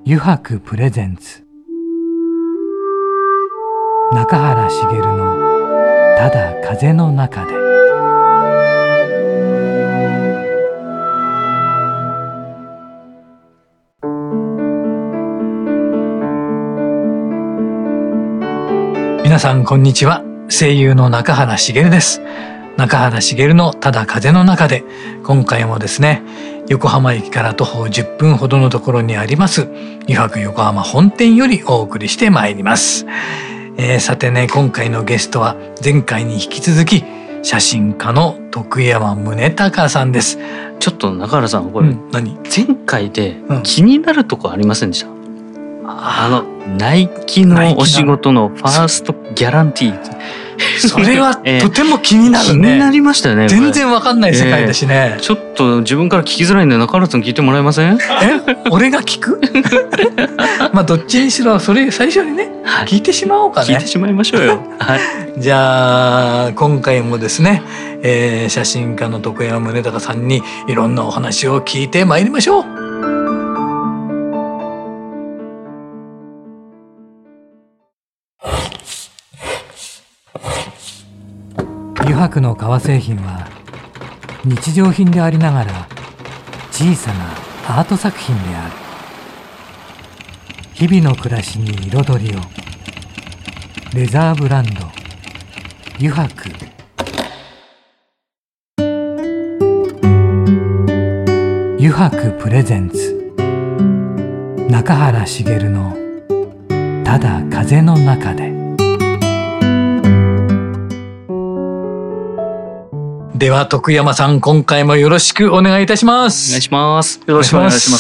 油白プレゼンツ中原茂のただ風の中で。皆さんこんにちは。声優の中原茂です。中原茂のただ風の中で、今回もですね、横浜駅から徒歩10分ほどのところにあります油白横浜本店よりお送りしてまいります。さてね、今回のゲストは前回に引き続き写真家の徳山宗隆さんです。 ちょっと中原さん、これ、 何？ 前回で気になるとこありませんでした？ナイキのお仕事のファーストギャランティー。 それはとても気になるね。 気になりましたよね。 全然わかんない世界だしね。 ちょっと自分から聞きづらいんで中原さん聞いてもらえません？ 俺が聞く？まあどっちにしろそれ最初にね、聞いてしまおうかね。 聞いてしまいましょうよ。はい。 じゃあ今回もですね、写真家の徳山宗隆さんにいろんなお話を聞いてまいりましょう。油白の革製品は日常品でありながら小さなアート作品である。日々の暮らしに彩りを。レザーブランド油白。油白プレゼンツ中原茂のただ風の中で。では徳山さん、今回もよろしくお願いいたします。 お願いします。 よろしくお願いします。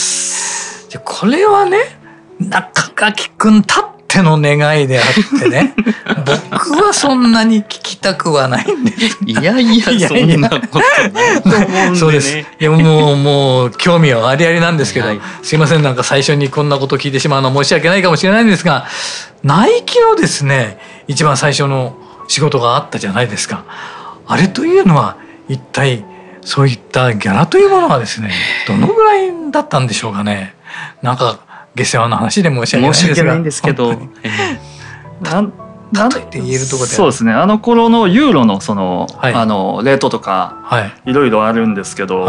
じゃこれはね、中垣くんたっての願いであってね僕はそんなに聞きたくはないんです。 いやいや、そんなことないと思うんでね。 そうです。いやもう興味はありありなんですけど、すいません、なんか最初にこんなこと聞いてしまうのは申し訳ないかもしれないんですが、ナイキのですね、一番最初の仕事があったじゃないですか。あれというのは一体そういったギャラというものはですね、どのぐらいだったんでしょうかね。なんか下世話な話で申し訳ないんですけど、 なんと言って言えるところで。 そうですね、あの頃のユーロのその、レートとか、いろいろあるんですけど、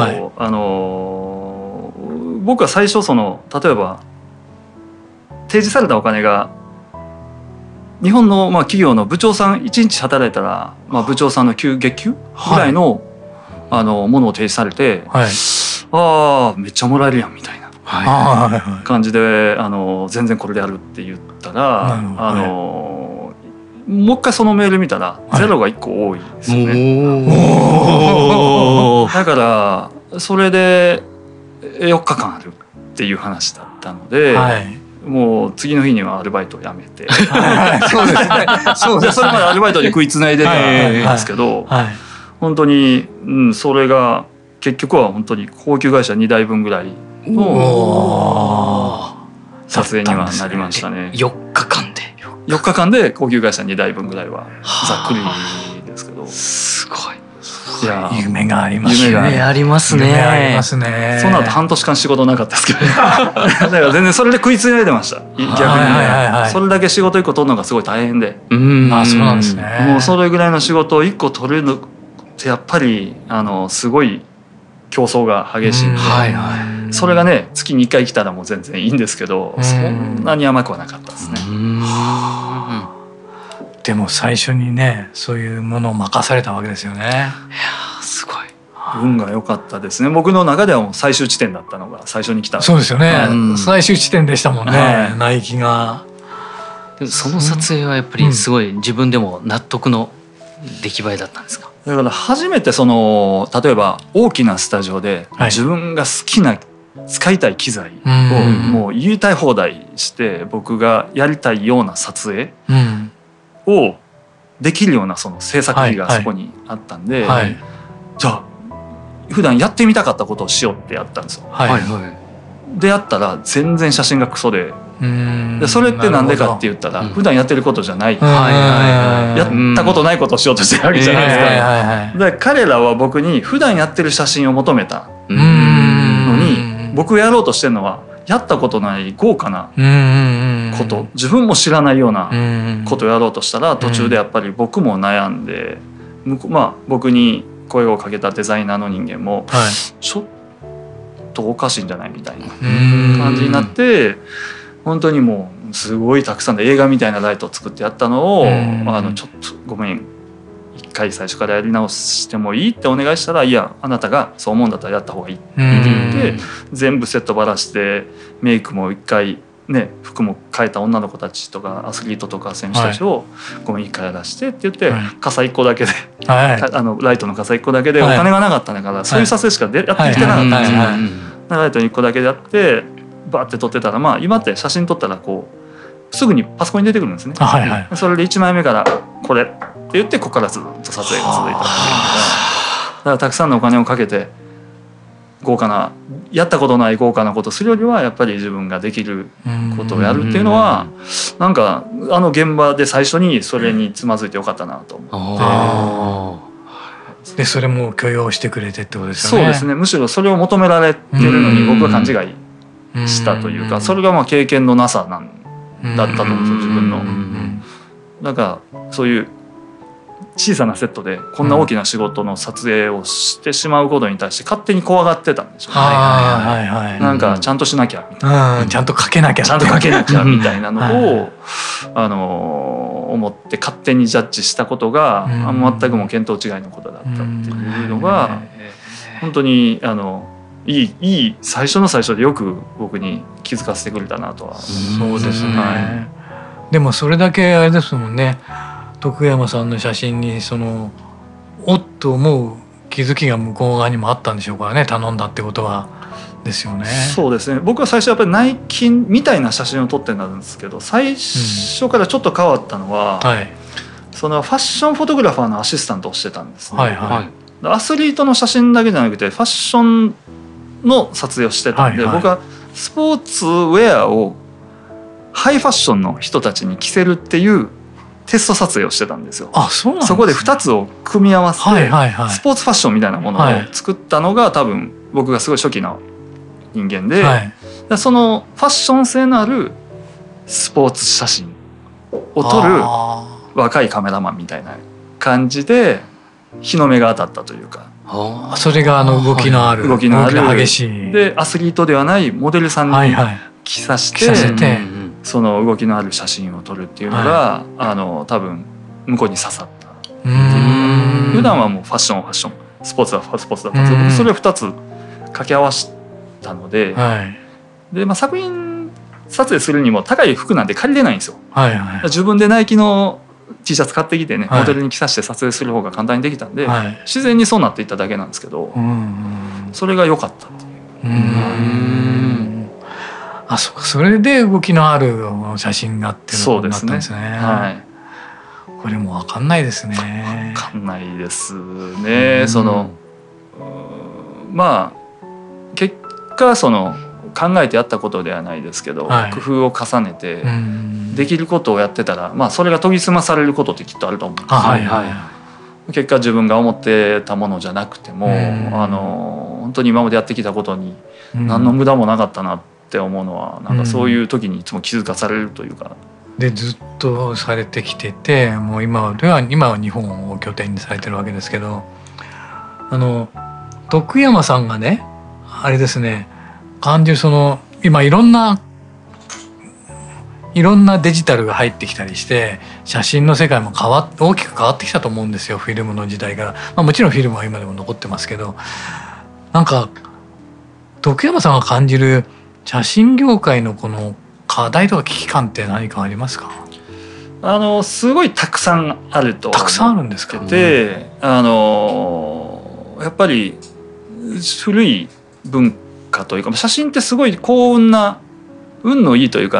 僕は最初その例えば提示されたお金が日本の企業の部長さん1日働いたら、部長さんの月給ぐらいの、ものを提示されて、ああめっちゃもらえるやんみたいな感じで、全然これでやるって言ったら、もう一回そのメール見たらゼロが1個多いですよね。だからそれで4日間あるっていう話だったので、もう次の日にはアルバイトを辞めてそうですね。それまでアルバイトで食いつないでたんですけど、本当に、それが結局は本当に高級会社2台分ぐらいの撮影にはなりましたね。 4日間で高級会社2台分ぐらいはざっくりですけど。 すごい。 いや、夢がありますね。 夢ありますね。 夢ありますね。 その後半年間仕事なかったですけどだから全然それで食いつないでました。逆にね、それだけ仕事1個取るのがすごい大変で。 そうなんですね。 もうそれぐらいの仕事を1個取るのってやっぱりすごい競争が激しいんで、それがね月に1回来たらもう全然いいんですけど、そんなに甘くはなかったですね。 でも最初にね、そういうものを任されたわけですよね。いやすごい。 運が良かったですね。僕の中ではもう最終地点だったのが最初に来た。 そうですよね。最終地点でしたもんね、ナイキが。 その撮影はやっぱりすごい自分でも納得の出来栄えだったんですか？ だから初めてその例えば大きなスタジオで自分が好きな使いたい機材をもう言いたい放題して僕がやりたいような撮影をできるようなその制作費がそこにあったんで、じゃあ普段やってみたかったことをしようってやったんですよ。でやったら全然写真がクソで、それってなんでかって言ったら普段やってることじゃない、やったことないことをしようとしてるわけじゃないですか。で彼らは僕に普段やってる写真を求めたのに、僕がやろうとしてるのはやったことない豪華なこと、自分も知らないようなことをやろうとしたら、途中でやっぱり僕も悩んで、僕に声をかけたデザイナーの人間もちょっとおかしいんじゃないみたいな感じになって、本当にもうすごいたくさんの映画みたいなライトを作ってやったのを、ちょっとごめん、一回最初からやり直してもいいってお願いしたら、いやあなたがそう思うんだったらやった方がいいって言って、全部セットばらしてメイクも一回ね、服も変えた女の子たちとかアスリートとか選手たちをごめん一回やらしてって言って、傘1個だけで、ライトの傘1個だけで、お金がなかったんだから、そういう撮影しかやってきてなかったんですよ。ライト1個だけでやってバーって撮ってたら、今って写真撮ったらこうすぐにパソコンに出てくるんですね。それで1枚目からこれって言って、ここからずっと撮影が続いたっていうのが、だからたくさんのお金をかけて豪華な、やったことない豪華なことするよりは、やっぱり自分ができることをやるっていうのは、なんか現場で最初にそれにつまずいてよかったなと思って。 でそれも許容してくれてってことですよね。 そうですね。むしろそれを求められてるのに僕は勘違いしたというか、それが経験のなさだったと思うんですよ、自分の。だからそういう小さなセットでこんな大きな仕事の撮影をしてしまうことに対して勝手に怖がってたんでしょうね。なんかちゃんとしなきゃみたいな、 ちゃんとかけなきゃみたいなのを思って勝手にジャッジしたことが全くも見当違いのことだったっていうのが、本当にいい最初の最初でよく僕に気づかせてくれたなとは。 そうですね。でもそれだけあれですもんね、徳山さんの写真におっと思う気づきが向こう側にもあったんでしょうからね、頼んだってことはですよね。 そうですね。僕は最初やっぱりナイキみたいな写真を撮ってなるんですけど、最初からちょっと変わったのは、そのファッションフォトグラファーのアシスタントをしてたんですね。アスリートの写真だけじゃなくてファッションの撮影をしてたんで、僕はスポーツウェアをハイファッションの人たちに着せるっていうテスト撮影をしてたんですよ。そこで2つを組み合わせてスポーツファッションみたいなものを作ったのが多分僕がすごい初期の人間で、そのファッション性のあるスポーツ写真を撮る若いカメラマンみたいな感じで日の目が当たったというか、 それが動きのある激しいでアスリートではないモデルさんに着させてその動きのある写真を撮るっていうのが、多分向こうに刺さったっていう。普段はもうファッションスポーツはスポーツだったんですけど、僕それを2つ掛け合わせたので、作品撮影するにも高い服なんて借りれないんですよ。自分でナイキの T シャツ買ってきてね、モデルに着させて撮影する方が簡単にできたんで、自然にそうなっていっただけなんですけど、それが良かったっていう。 それで動きのある写真がっていうのになったんですね。これも分かんないですね。 分かんないですね。結果考えてやったことではないですけど、工夫を重ねてできることをやってたら、それが研ぎ澄まされることってきっとあると思うんですよ。結果自分が思ってたものじゃなくても、本当に今までやってきたことに何の無駄もなかったなって思うのは、なんかそういう時にいつも気づかされるというか。 でずっとされてきてて、もう今は日本を拠点にされてるわけですけど、徳山さんがね、あれですね、感じる今いろんなデジタルが入ってきたりして写真の世界も大きく変わってきたと思うんですよ、フィルムの時代から。もちろんフィルムは今でも残ってますけど、なんか徳山さんが感じる写真業界のこの課題とか危機感って何かありますか？ すごいたくさんあると思ってて、 たくさんあるんですか？ やっぱり古い文化というか、写真ってすごい幸運な運のいいというか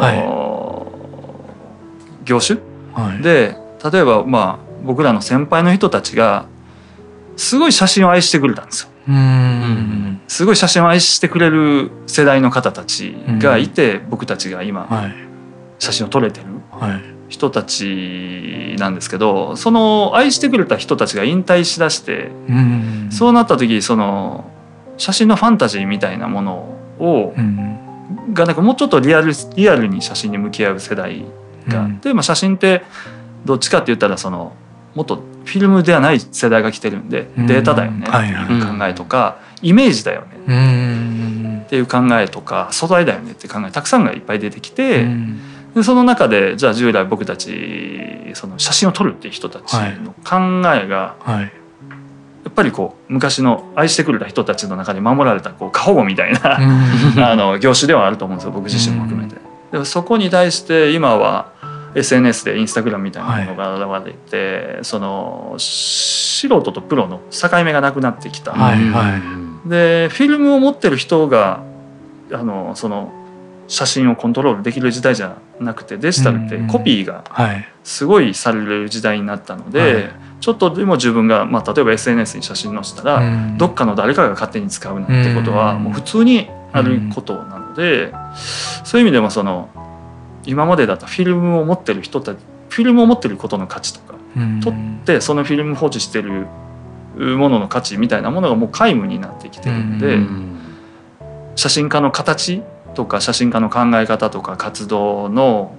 業種、で例えば僕らの先輩の人たちがすごい写真を愛してくれたんですよ。すごい写真を愛してくれる世代の方たちがいて、僕たちが今写真を撮れてる人たちなんですけど、その愛してくれた人たちが引退しだして、そうなった時写真のファンタジーみたいなものをがなんかもうちょっとリアルに写真に向き合う世代があって、写真ってどっちかって言ったらもっとフィルムではない世代が来てるんで、データだよねっていう考えとか、イメージだよねっていう考えとか、素材だよねっていう考えたくさんがいっぱい出てきて、でその中でじゃあ従来僕たちその写真を撮るっていう人たちの考えが、やっぱり昔の愛してくれた人たちの中に守られた過保護みたいな業種ではあると思うんですよ、僕自身も含めて。でもそこに対して今は SNS でインスタグラムみたいなものが現れて、その素人とプロの境目がなくなってきた。でフィルムを持ってる人がその写真をコントロールできる時代じゃなくて、デジタルってコピーがすごいされる時代になったので、ちょっとでも自分が、例えば SNS に写真載せたら、どっかの誰かが勝手に使うなんてことはもう普通にあることなので、そういう意味でも今までだったフィルムを持ってる人たち、フィルムを持ってることの価値とか、撮ってそのフィルム放置してるものの価値みたいなものがもう皆無になってきてるんで、写真家の形とか写真家の考え方とか活動の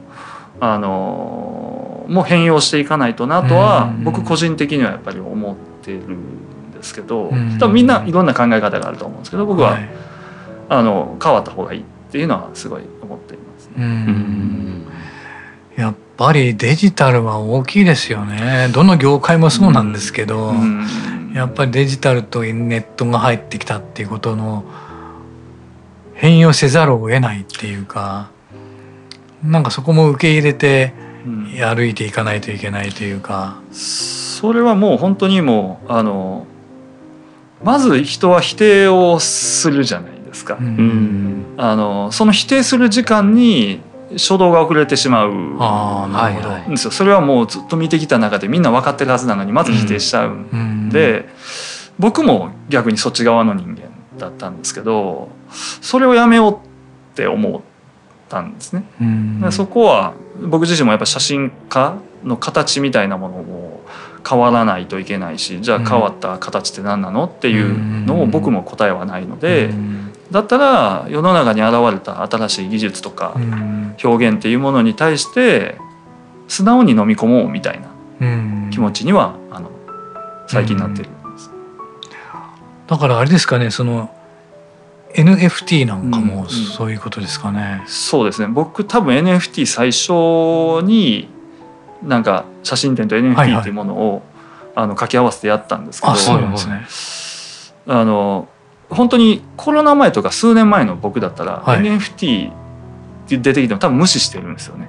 もう変容していかないとなとは僕個人的にはやっぱり思ってるんですけど、多分みんないろんな考え方があると思うんですけど、僕は変わった方がいいっていうのはすごい思っていますね。 やっぱりデジタルは大きいですよね。どの業界もそうなんですけど、やっぱりデジタルとネットが入ってきたっていうことの変容せざるを得ないっていうか、なんかそこも受け入れて歩いていかないといけないというか、 それはもう本当にもうまず人は否定をするじゃないですか。その否定する時間に初動が遅れてしまうんですよ。それはもうずっと見てきた中でみんな分かってるはずなのにまず否定しちゃうんで、僕も逆にそっち側の人間だったんですけど、それをやめようって思ったんですね。そこは僕自身もやっぱ写真家の形みたいなものも変わらないといけないし、じゃあ変わった形って何なのっていうのを僕も答えはないので、だったら世の中に現れた新しい技術とか表現っていうものに対して素直に飲み込もうみたいな気持ちには最近なってるんです。 だからあれですかね、その NFT なんかもそういうことですかね。 そうですね。僕多分 NFT 最初になんか写真展と NFT っていうものを掛け合わせてやったんですけど、 そうなんですね。 本当にコロナ前とか数年前の僕だったら、NFT 出てきても多分無視してるんですよね。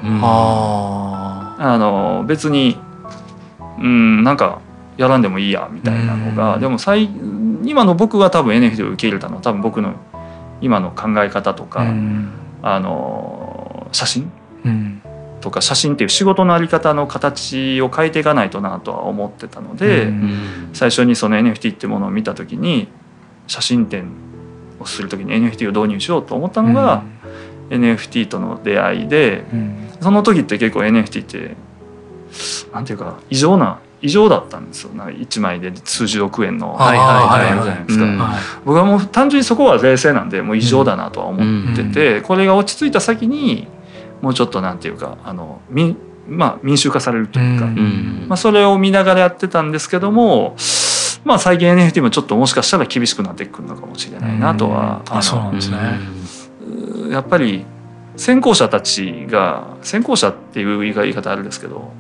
別になんかやらんでもいいやみたいなのが、でも今の僕が多分 NFT を受け入れたのは多分僕の今の考え方とか、写真、とか写真っていう仕事の在り方の形を変えていかないとなとは思ってたので、最初にその NFT っていうものを見た時に写真展をする時に NFT を導入しようと思ったのが、NFT との出会いで、その時って結構 NFT ってなんていうか異常だったんですよ。1枚で数十億円のあるじゃないですか。僕はもう単純にそこは冷静なんでもう異常だなとは思ってて、これが落ち着いた先にもうちょっとなんていうか民衆化されるというか、それを見ながらやってたんですけども、最近 NFT もちょっもしかしたら厳しくなってくるのかもしれないなとは。 そうなんですね。 やっぱり先行者っていう言い方あるんですけど、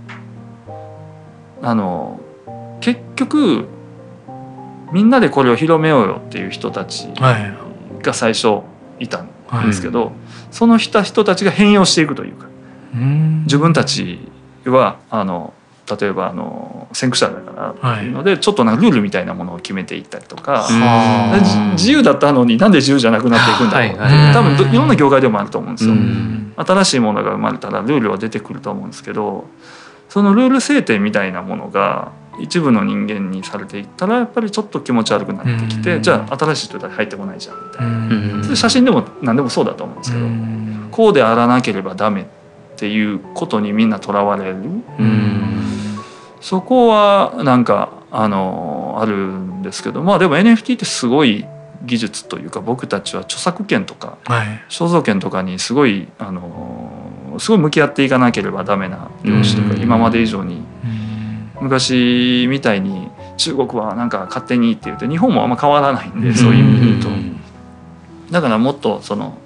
結局みんなでこれを広めようよっていう人たちが最初いたんですけど、その人たちが変容していくというか、自分たちは例えば先駆者だからっていうので、ちょっとルールみたいなものを決めていったりとか、自由だったのになんで自由じゃなくなっていくんだろうっていう、多分いろんな業界でもあると思うんですよ。新しいものが生まれたらルールは出てくると思うんですけど、そのルール制定みたいなものが一部の人間にされていったらやっぱりちょっと気持ち悪くなってきて、じゃあ新しい人たち入ってこないじゃんみたいな、写真でも何でもそうだと思うんですけど、こうであらなければダメっていうことにみんなとらわれる、そこはなんかあるんですけど、でも NFT ってすごい技術というか、僕たちは著作権とかはい肖像権とかにすごい向き合っていかなければダメな業種というか、今まで以上に昔みたいに中国はなんか勝手にって言って日本もあんま変わらないんで、そういう意味で言うと、だからもっとその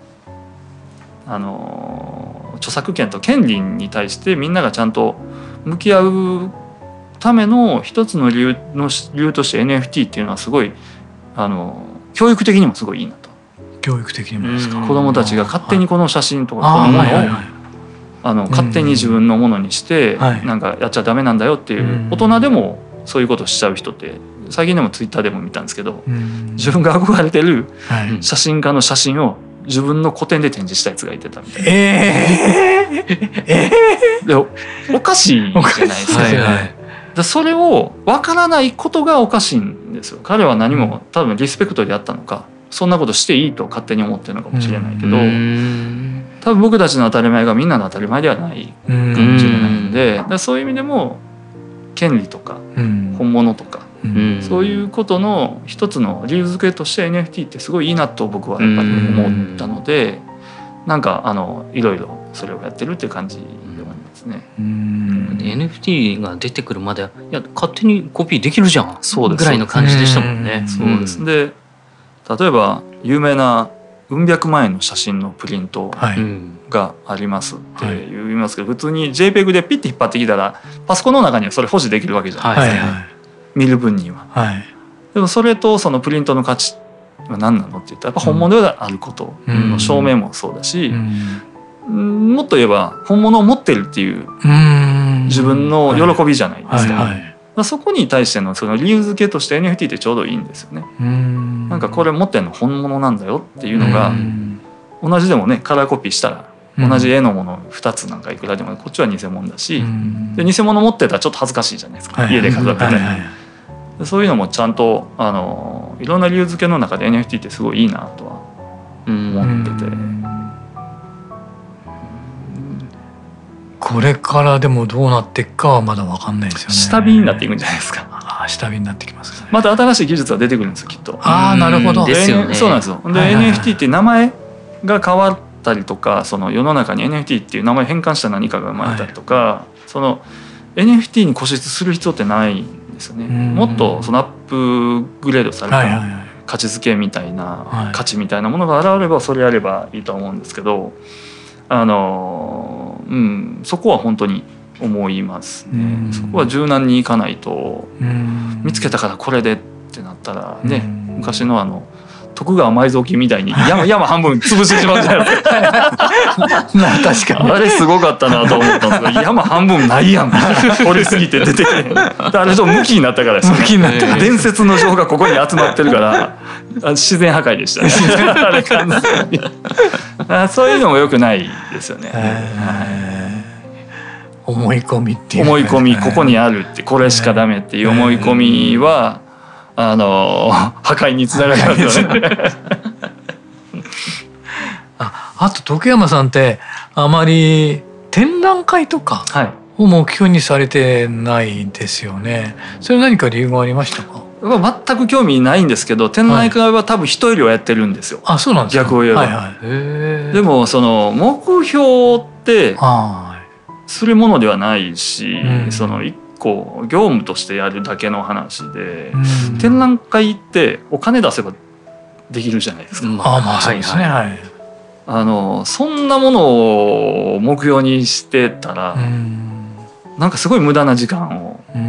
著作権と権利に対してみんながちゃんと向き合うための一つの理由として NFT っていうのはすごい教育的にもすごいいいなと。 教育的にもですか。 子どもたちが勝手にこの写真とかこのものを勝手に自分のものにしてなんかやっちゃダメなんだよっていう、大人でもそういうことをしちゃう人って最近でもツイッターでも見たんですけど、自分が憧れてる写真家の写真を自分の個展で展示したやつがいてたみたいな。でおかしいじゃないですか。でそれを分からないことがおかしいんですよ。彼は何も多分リスペクトであったのか、そんなことしていいと勝手に思ってるのかもしれないけど、多分僕たちの当たり前がみんなの当たり前ではないかもしれないんで、そういう意味でも権利とか本物とか、そういうことの一つの理由付けとして NFT ってすごいいいなと僕はやっぱり思ったので、なんかいろいろそれをやってるっていう感じで思いますね。 NFT が出てくるまでいや勝手にコピーできるじゃん、 そうですぐらいの感じでしたもんね。 そうです。で例えば有名なうん百万円の写真のプリントがありますって言いますけど、普通に JPEG でピッて引っ張ってきたらパソコンの中にはそれ保持できるわけじゃないですか、見る分には。でもそれとそのプリントの価値は何なのって言ったらやっぱ本物であることの証明もそうだし、もっと言えば本物を持ってるっていう自分の喜びじゃないですか。そこに対してのその理由付けとして NFT ってちょうどいいんですよね。なんかこれ持ってるの本物なんだよっていうのが、同じでもねカラーコピーしたら同じ絵のもの2つなんかいくらでもこっちは偽物だし、で偽物持ってたらちょっと恥ずかしいじゃないですか、家で飾ってて。そういうのもちゃんといろんな理由付けの中で NFT ってすごいいいなとは思ってて。 これからでもどうなっていくかはまだ分かんないですよね。 下火になっていくんじゃないですか。 下火になってきますね。 また新しい技術が出てくるんですよきっと。 なるほど。 ですよね。 そうなんですよ。で、NFT って名前が変わったりとか、その世の中に NFT っていう名前変換した何かが生まれたりとか、その NFT に固執する必要ってないんですよね。もっとそのアップグレードされた価値付けみたいな、価値みたいなものが現ればそれやればいいと思うんですけど、そこは本当に思いますね。そこは柔軟にいかないと、見つけたからこれでってなったらね、昔の徳川埋蔵金みたいに山半分潰してしまうじゃないですか。確かにあれすごかったなと思ったんですけど、山半分ないやん掘りすぎて出てけへん。あれちょっと向きになったからですね。伝説の情がここに集まってるから自然破壊でしたね。あれ完全にそういうのも良くないですよね。 思い込みっていう、 思い込み、ここにあるってこれしかダメっていう思い込みは破壊につながりますよね。 あと徳山さんってあまり展覧会とかを目標にされてないですよね。それ何か理由がありましたか？ 全く興味ないんですけど、展覧会は多分人よりはやってるんですよ。 そうなんですか。 逆を言えば。でもその目標ってするものではないし、その一個業務としてやるだけの話で、展覧会ってお金出せばできるじゃないですか。 そうですね。 そんなものを目標にしてたら、なんかすごい無駄な時間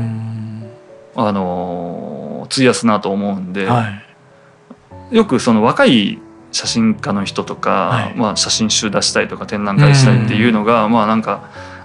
を費やすなと思うんで、よくその若い写真家の人とか、写真集出したいとか展覧会したいっていうのが、なんか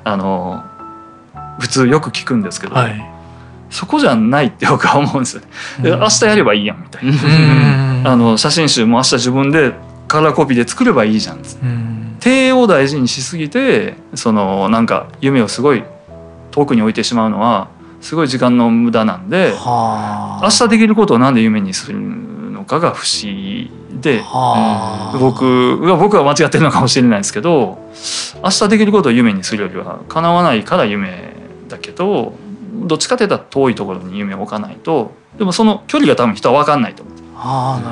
普通よく聞くんですけど、そこじゃないって僕は思うんですよね。明日やればいいやんみたいな。写真集も明日自分でカラーコピーで作ればいいじゃん。手を大事にしすぎて、そのなんか夢をすごい遠くに置いてしまうのはすごい時間の無駄なんで、明日できることをなんで夢にするのかが不思議で、僕は間違ってるのかもしれないですけど、明日できることを夢にするよりは叶わないから夢だけど、どっちかというと遠いところに夢を置かないと、でもその距離が多分人は分かんないと思う。 なるほどね。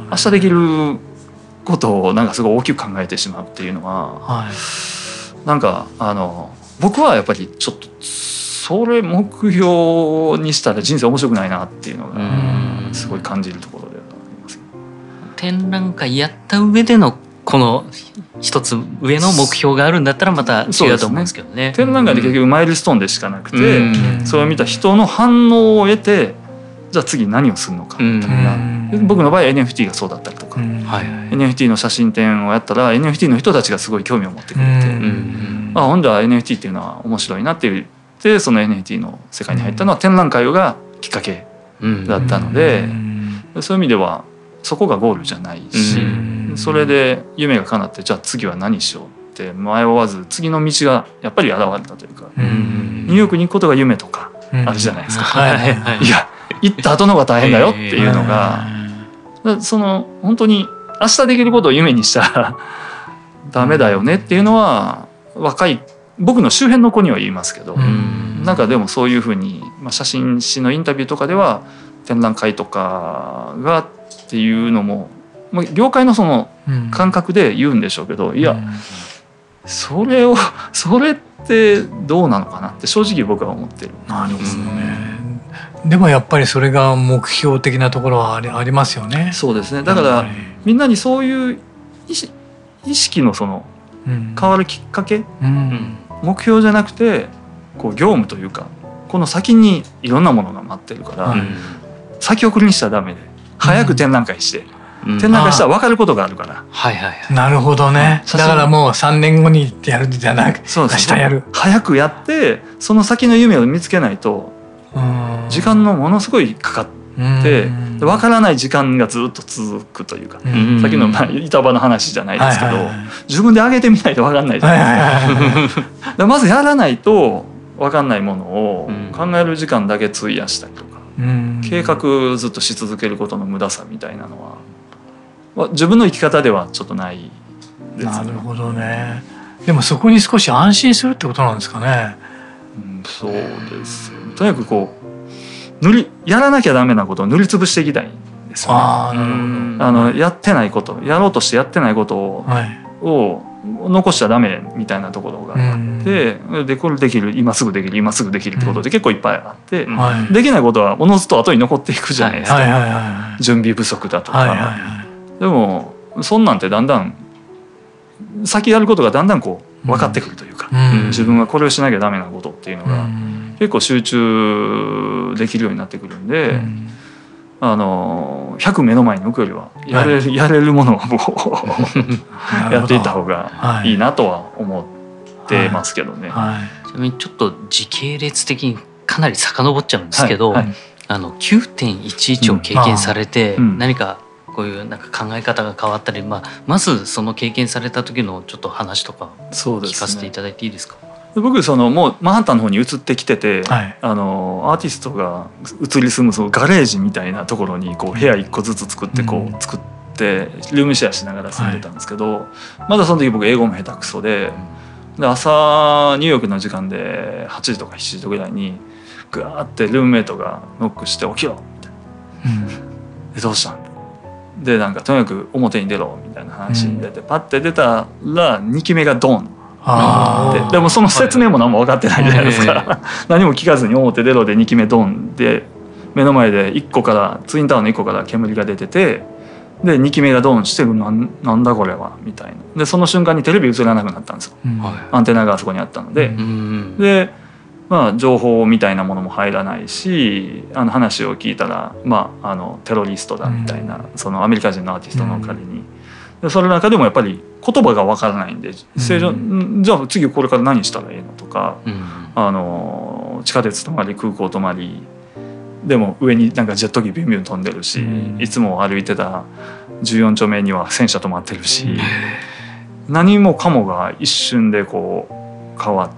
明日できることをなんかすごい大きく考えてしまうっていうのは、 はい、 なんか僕はやっぱりちょっとそれ目標にしたら人生面白くないなっていうのがすごい感じるところではあります。 展覧会やった上でのこの一つ上の目標があるんだったらまた違うと思うんですけどね。 展覧会で結局マイルストーンでしかなくて、それを見た人の反応を得て、じゃあ次何をするのかみたいな、僕の場合 NFT がそうだったりとか、NFT の写真展をやったら NFT の人たちがすごい興味を持ってくれて、ほんでは NFT っていうのは面白いなって言ってその NFT の世界に入ったのは展覧会がきっかけだったので、そういう意味ではそこがゴールじゃないし、それで夢が叶ってじゃあ次は何しようって迷わず次の道がやっぱり現れたというか、ニューヨークに行くことが夢とかあるじゃないですか。いや行った後の方が大変だよっていうのが、その本当に明日できることを夢にしたらダメだよねっていうのは若い僕の周辺の子には言いますけど、なんかでもそういうふうに、写真誌のインタビューとかでは展覧会とかがっていうのも、業界のその感覚で言うんでしょうけど、いやそれってどうなのかなって正直僕は思ってる。 なるほどね。でもやっぱりそれが目標的なところはありますよね。 そうですね。だからみんなにそういう意識のその変わるきっかけ、目標じゃなくてこう業務というかこの先にいろんなものが待ってるから、先送りにしちゃダメで早く展覧会して、展覧会したら分かることがあるから。 なるほどね。だからもう3年後にやるんじゃなくて明日やる。 早くやってその先の夢を見つけないと時間のものすごいかかって分からない時間がずっと続くというか、さっきの板場の話じゃないですけど、自分で上げてみないと分かんないじゃないですか。まずやらないと分かんないものを考える時間だけ費やしたりとか、計画ずっとし続けることの無駄さみたいなのは自分の生き方ではちょっとないですね。 なるほどね。でもそこに少し安心するってことなんですかね。 そうです。とにかくこうやらなきゃダメなことを塗りつぶしていきたいんですよね。やってないことやろうとしてやってないことを残しちゃダメみたいなところがあって、でこれできる今すぐできる今すぐできるってことで結構いっぱいあって、できないことはおのずと後に残っていくじゃないですか。準備不足だとか。でもそんなんてだんだん先やることがだんだんこう分かってくるというか、自分はこれをしなきゃダメなことっていうのが結構集中できるようになってくるんで、100目の前に置くよりはやれるものをやっていった方がいいなとは思ってますけどね。 ちなみにちょっと時系列的にかなり遡っちゃうんですけど、9.11 を経験されて何かこういうなんか考え方が変わったり、まずその経験された時のちょっと話とか聞かせていただいていいですか？ 僕もうマンハッタンの方に移ってきてて、アーティストが移り住むそのガレージみたいなところにこう部屋1個ずつ作って作ってルームシェアしながら住んでたんですけど、まだその時僕英語も下手くそで、朝ニューヨークの時間で8時とか7時ぐらいにグワーってルームメイトがノックして「起きろ」みたいな「でどうしたん?」でなんかとにかく表に出ろみたいな話に出て、パッて出たら2機目がドンってでもその説明も何も分かってないじゃないですか。何も聞かずに表出ろで2機目ドンで目の前で1個からツインタワーの1個から煙が出てて、で2機目がドンしてなんだこれはみたいな。でその瞬間にテレビ映らなくなったんですよ、アンテナがあそこにあったので。で情報みたいなものも入らないし、話を聞いたら、テロリストだみたいな、そのアメリカ人のアーティストの彼に、でそれの中でもやっぱり言葉がわからないんで、じゃあ次これから何したらいいのとか、地下鉄止まり空港止まりでも上になんかジェット機ビュンビュン飛んでるし、いつも歩いてた14丁目には戦車止まってるし、何もかもが一瞬でこう変わって。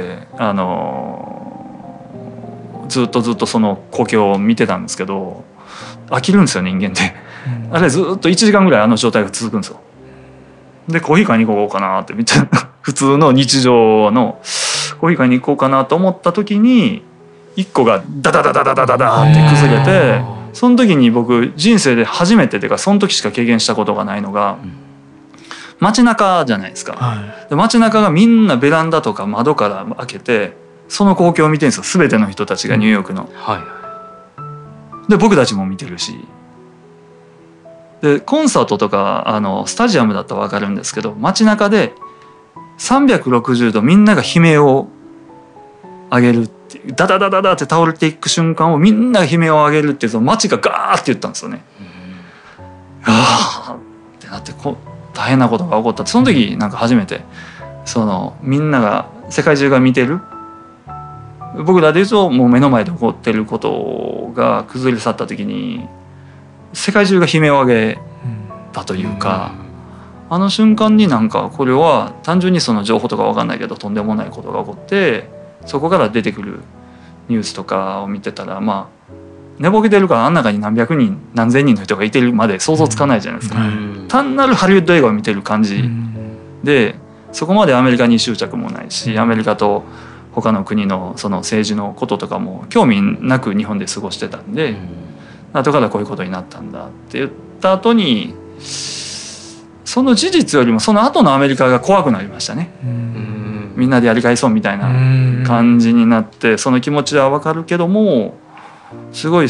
ずっとその光景を見てたんですけど飽きるんですよ人間って。あれずっと1時間ぐらい状態が続くんですよ。でコーヒー買いに行こうかなってめっちゃ普通の日常のコーヒー買いに行こうかなと思った時に1個がダダダダダダダダって崩れてその時に僕人生で初めてというかその時しか経験したことがないのが、街中じゃないですか、はい、で街中がみんなベランダとか窓から開けてその光景を見てるんですよ、全ての人たちがニューヨークの、はい、で僕たちも見てるし、でコンサートとかスタジアムだったら分かるんですけど、街中で360度みんなが悲鳴を上げるっていう、ダダダダダって倒れていく瞬間をみんなが悲鳴を上げるっていう、その街がガーって言ったんですよね。あーってなって大変なことが起こったって、その時なんか初めてみんなが世界中が見てる、僕らで言うともう目の前で起こってることが崩れ去った時に世界中が悲鳴を上げたというか、あの瞬間になんかこれは単純にその情報とか分かんないけどとんでもないことが起こって、そこから出てくるニュースとかを見てたら、まあ寝ぼけてるからあん中に何百人何千人の人がいてるまで想像つかないじゃないですか、単なるハリウッド映画を見てる感じで、そこまでアメリカに執着もないし、アメリカと他の国のその政治のこととかも興味なく日本で過ごしてたんで、後からこういうことになったんだって言った後に、その事実よりもその後のアメリカが怖くなりましたね。みんなでやり返そうみたいな感じになって、その気持ちは分かるけども、すごい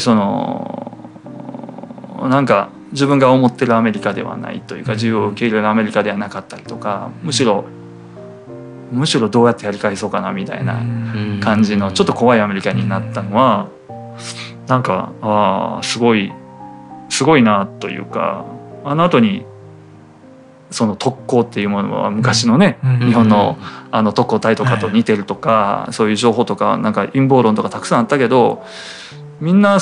なんか自分が思ってるアメリカではないというか、自由を受け入れるアメリカではなかったりとか、むしろどうやってやり返そうかなみたいな感じのちょっと怖いアメリカになったのは、なんかすごいなというか、あの後にその特攻っていうものは昔のね、日本の特攻隊とかと似てるとか、そういう情報とかなんか陰謀論とかたくさんあったけど、みん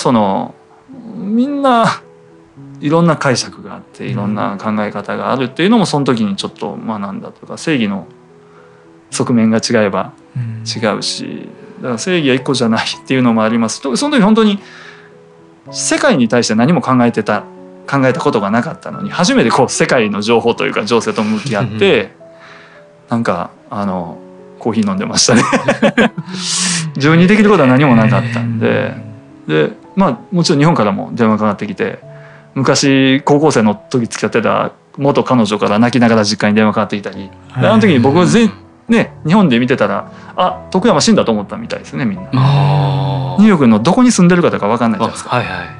ないろんな解釈があっていろんな考え方があるっていうのもその時にちょっと学んだというか、正義の側面が違えば違うし、だから正義は一個じゃないっていうのもあります。その時本当に世界に対して何も考えたことがなかったのに、初めて世界の情報というか情勢と向き合ってなんかコーヒー飲んでましたね自分にできることは何もなかったんで、まあもちろん日本からも電話かかってきて、昔高校生の時付き合ってた元彼女から泣きながら実家に電話かかってきたり、あの時に僕ね、日本で見てたら徳山死んだと思ったみたいですね、みんな。ニューヨークのどこに住んでるかとか分かんないじゃないですか。はいはい、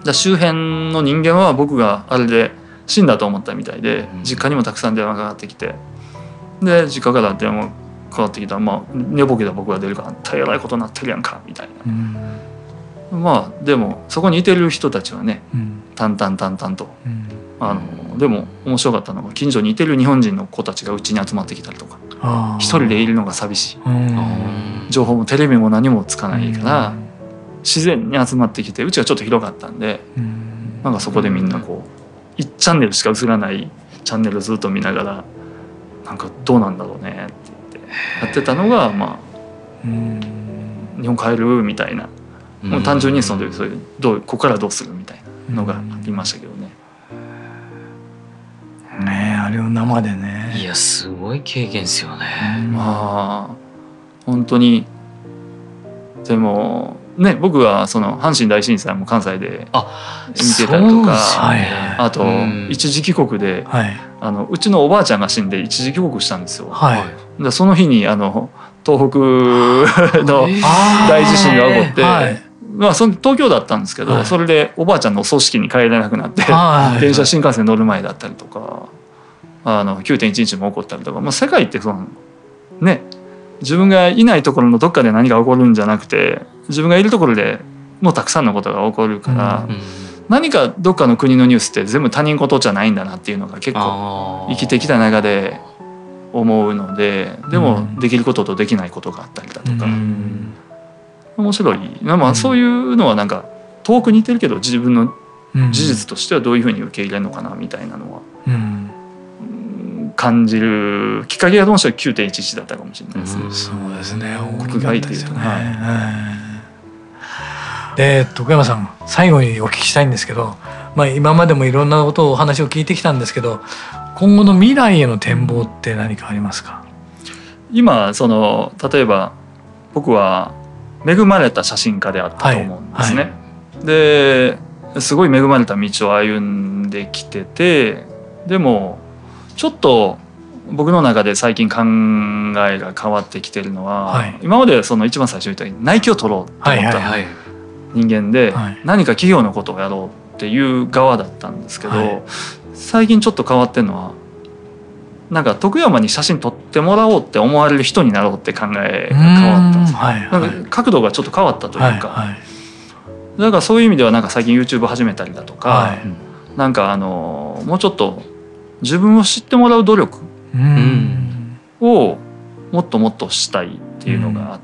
だ周辺の人間は僕があれで死んだと思ったみたいで、実家にもたくさん電話かかってきて、で実家から電話かかってきたら、まあ寝ぼけた僕が出るから「大変なことになってるやんか」みたいな。まあでもそこにいてる人たちはね、淡々と、でも面白かったのが、近所にいてる日本人の子たちがうちに集まってきたりとか、一人でいるのが寂しい、情報もテレビも何もつかないから、自然に集まってきて、うちはちょっと広かったんで、なんかそこでみんな1チャンネルしか映らないチャンネルずっと見ながら、なんかどうなんだろうねって言ってやってたのが、まあ日本帰るみたいな、もう単純にそういうここからどうするみたいなのがありましたけどね。 ねえ、あれを生でね。 いやすごい経験ですよね。 まあ本当に。でもね、僕はその阪神大震災も関西で見てたりとか、あと一時帰国で、うちのおばあちゃんが死んで一時帰国したんですよ。でその日に東北の大地震が起こって、まあ、東京だったんですけど、それでおばあちゃんのお葬式に帰れなくなって、電車新幹線乗る前だったりとか、9.11 も起こったりとか、まあ、世界ってね、自分がいないところのどっかで何が起こるんじゃなくて、自分がいるところでもうたくさんのことが起こるから、何かどっかの国のニュースって全部他人事じゃないんだなっていうのが結構生きてきた中で思うので、でもできることとできないことがあったりだとか、面白い、まあ、そういうのはなんか遠くにいてるけど自分の事実としてはどういうふうに受け入れるのかなみたいなのは感じるきっかけがどうしても 9.11 だったかもしれないですね。 そうですね、 国外っていうとね。 で徳山さん、最後にお聞きしたいんですけど、まあ、今までもいろんなことをお話を聞いてきたんですけど、今後の未来への展望って何かありますか？ 今例えば僕は恵まれた写真家であったと思うんですね。ですごい恵まれた道を歩んできてて、でもちょっと僕の中で最近考えが変わってきてるのは、はい、今までその一番最初に言ったように内規を取ろうと思った人間で、何か企業のことをやろうっていう側だったんですけど、はい、最近ちょっと変わってるのは、なんか徳山に写真撮ってもらおうって思われる人になろうって考えが変わったんです、はいはい、なんか角度がちょっと変わったというか、はいはい、だからそういう意味ではなんか最近 YouTube 始めたりだとか、はい、なんかもうちょっと自分を知ってもらう努力をもっともっとしたいっていうのがあって、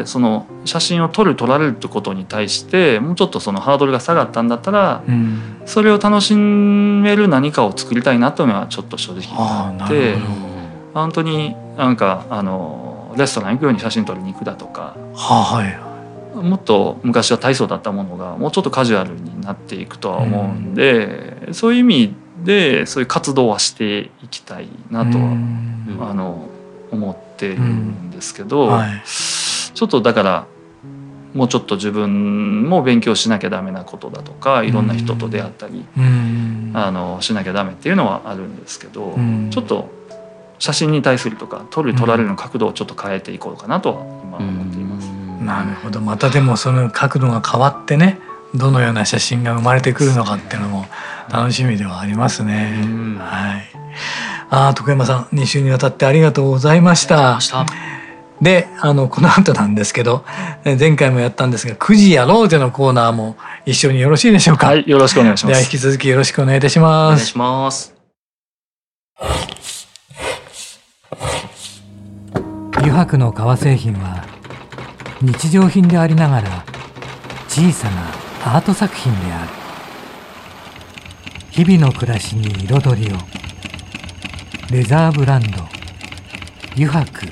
その写真を撮られるってことに対してもうちょっとそのハードルが下がったんだったら、それを楽しめる何かを作りたいなというのはちょっと正直あって、本当になんかレストラン行くように写真撮りに行くだとか、もっと昔は大層だったものがもうちょっとカジュアルになっていくとは思うんで、そういう意味でそういう活動はしていきたいなとは思ってるんですけど、ちょっとだからもうちょっと自分も勉強しなきゃダメなことだとか、いろんな人と出会ったりしなきゃダメっていうのはあるんですけど、ちょっと写真に対するとか撮られるの角度をちょっと変えていこうかなとは今思っています。 なるほど。またでもその角度が変わってね、どのような写真が生まれてくるのかっていうのも楽しみではありますね。はい。徳山さん、2週にわたってありがとうございました。で、この後なんですけど、前回もやったんですが、9時やろうぜのコーナーも一緒によろしいでしょうか。 はい、よろしくお願いします。 では引き続きよろしくお願いいたします。 お願いします。 油白の革製品は日常品でありながら小さなアート作品である。日々の暮らしに彩りを。レザーブランド油白。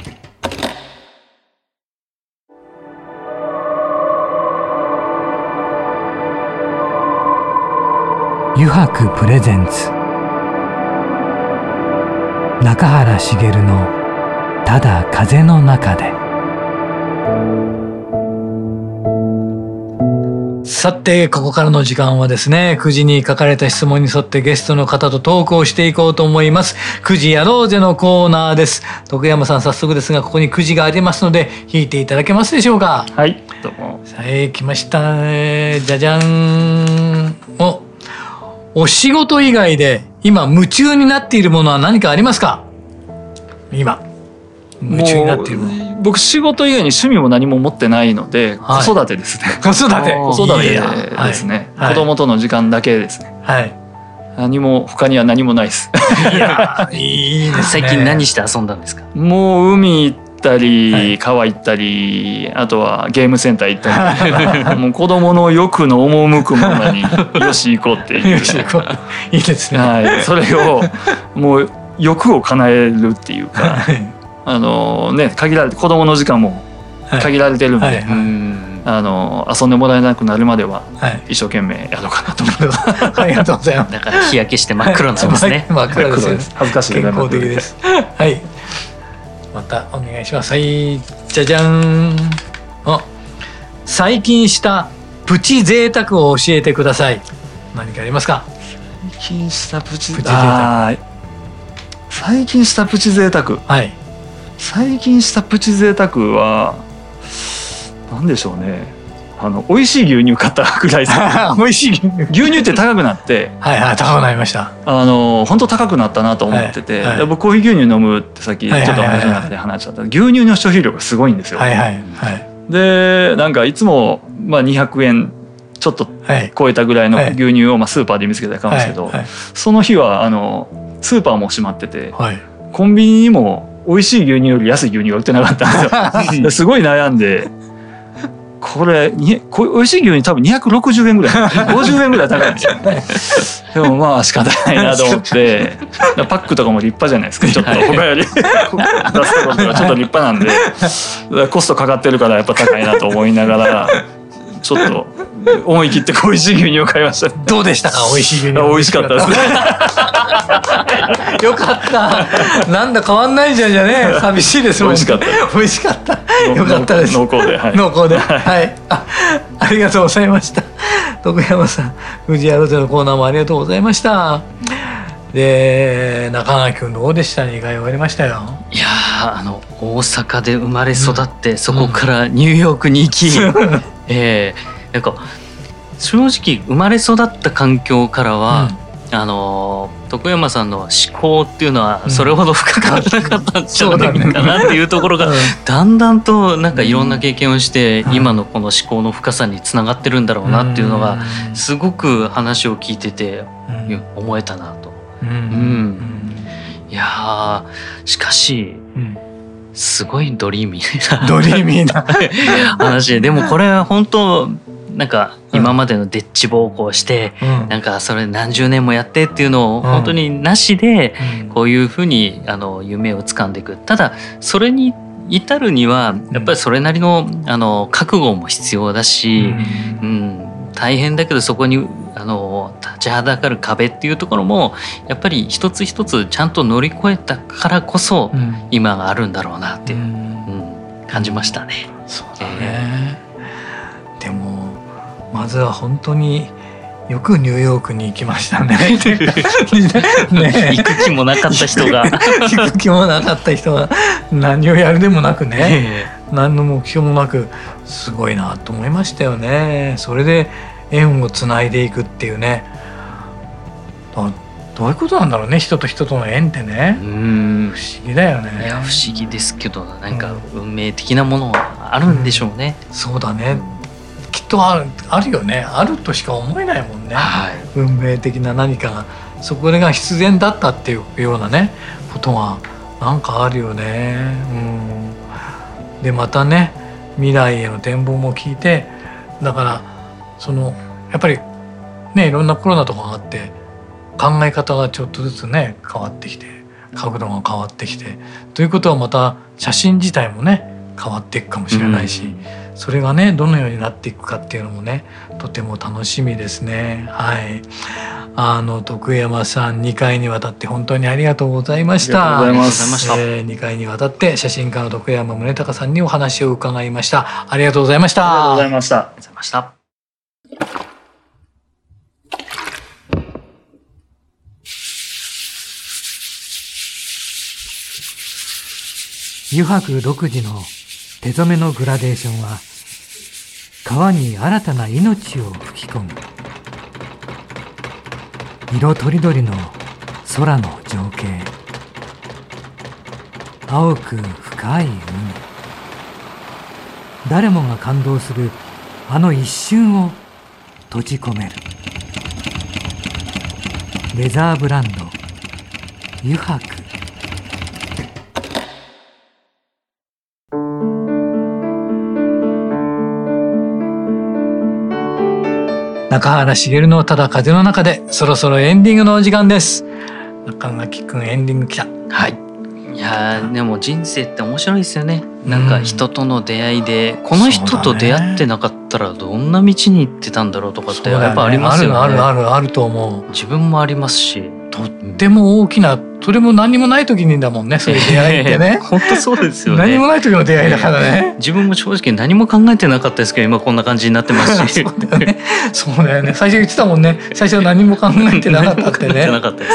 油白プレゼンツ、中原茂のただ風の中で。さてここからの時間はですね、9時に書かれた質問に沿ってゲストの方とトークをしていこうと思います。9時やろうぜのコーナーです。徳山さん、早速ですがここに9時がありますので引いていただけますでしょうか。 はい、どうも。 来ましたね。じゃじゃん。お仕事以外で今夢中になっているものは何かありますか。今夢中になっているもの。 僕仕事以外に趣味も何も持ってないので、子育てですね。 子育てですね。子供との時間だけですね。 はい。 他には何もないです。 いや、いいですね。 最近何して遊んだんですか。 もう海行ったり、川行ったり、あとはゲームセンター行ったり、もう子供の欲の赴くままによし行こうっていう。 よし行こう。いいですね。 はい。それをもう欲を叶えるっていうか。限られて子供の時間も限られてるんで、遊んでもらえなくなるまでは一生懸命やろうかなと思います。 ありがとうございます。 だから日焼けして真っ黒なんですね。 真っ黒です。 恥ずかしい。 健康的です。はい。またお願いします。はい。じゃじゃん。最近したプチ贅沢を教えてください。何かありますか。 最近したプチ贅沢。最近したプチ贅沢。 はい。 最近したプチ贅沢は何でしょうね。美味しい牛乳買ったぐらいです。 美味しい牛乳って高くなって、 高くなりました。 本当高くなったなと思ってて、僕コーヒー牛乳飲むってさっきちょっと話の中で話しちゃった。牛乳の消費量がすごいんですよ。でなんかいつも200円ちょっと超えたぐらいの牛乳をスーパーで見つけたら買うんですけど、その日はスーパーも閉まってて、コンビニにも美味しい牛乳より安い牛乳が売ってなかったんですよ。すごい悩んで、これ美味しい牛乳多分260円ぐらい50円ぐらい高いんですよ。でも仕方ないなと思ってパックとかも立派じゃないですか。ちょっと他より出すところがちょっと立派なんでコストかかってるからやっぱ高いなと思いながらちょっと思い切って美味しい牛乳を買いました。 どうでしたか。美味しい牛乳。 美味しかったですね。 よかった。なんだ変わんないじゃんじゃね。寂しいですもん。 美味しかった。 美味しかった。 よかったです。 濃厚で、はい、 濃厚で、はい、ありがとうございました。徳山さん、藤原でのコーナーもありがとうございました。で、中川君どうでした？2回終わりましたよ。 いや大阪で生まれ育って、そこからニューヨークに行き、なんか正直生まれ育った環境からは、徳山さんの思考っていうのはそれほど深くなかったんじゃないかなっていうところがだんだんとなんかいろんな経験をして今のこの思考の深さにつながってるんだろうなっていうのがすごく話を聞いてて思えたなと。いやしかしすごいドリーミーな話で、もこれは本当なんか今までのでっち奉公して、なんかそれ何十年もやってっていうのを本当になしでこういうふうに夢を掴んでいく。ただそれに至るにはやっぱりそれなりの覚悟も必要だし、大変だけどそこに立ちはだかる壁っていうところもやっぱり一つ一つちゃんと乗り越えたからこそ今があるんだろうなっていう、感じましたね。 そうだね。でもまずは本当によくニューヨークに行きましたね。 行く気もなかった人が行く気もなかった人が何をやるでもなくね、何の目標もなくすごいなと思いましたよね。それで縁をつないでいくっていうね、どういうことなんだろうね、人と人との縁ってね。不思議だよね。 いや不思議ですけど、なんか運命的なものはあるんでしょうね。 そうだね、きっとあるよね。あるとしか思えないもんね、運命的な何かが、そこが必然だったっていうようなねことがなんかあるよね。でまたね、未来への展望も聞いて、だからやっぱりね、いろんなコロナとかがあって考え方がちょっとずつね変わってきて、角度が変わってきて、ということはまた写真自体もね変わっていくかもしれないし、それがねどのようになっていくかっていうのもねとても楽しみですね。はい。徳山さん2回にわたって本当にありがとうございました。 ありがとうございました。 2回にわたって写真家の徳山宗隆さんにお話を伺いました。ありがとうございました。 ありがとうございました。 ありがとうございました。 油白独自の手染めのグラデーションは川に新たな命を吹き込む。色とりどりの空の情景、青く深い海、誰もが感動するあの一瞬を閉じ込める。レザーブランド油白。中原茂のただ風の中で、そろそろエンディングのお時間です。中垣くんエンディング来た。 はい。いやでも人生って面白いですよね。なんか人との出会いで、この人と出会ってなかったらどんな道に行ってたんだろうとかってやっぱありますよね。 あると思う。 自分もありますし、 とっても大きな、それも何もない時にだもんね、そういう出会いってね。 本当そうですよね。 何もない時の出会いだからね。 自分も正直何も考えてなかったですけど、今こんな感じになってますし。 そうだよね。そうだよね。最初言ってたもんね。最初何も考えてなかったってね。 考えてなかったです。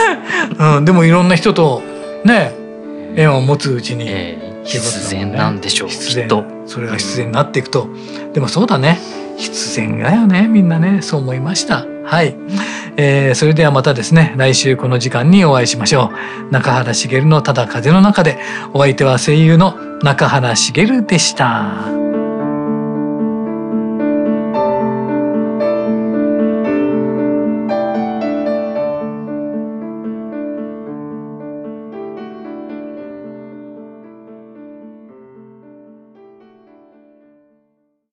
でもいろんな人とね縁を持つうちに、 必然なんでしょう。きっとそれが必然になっていくと。でもそうだね。必然だよね。みんなね、そう思いました。はい。それではまたですね、来週この時間にお会いしましょう。中原茂のただ風の中で、お相手は声優の中原茂でした。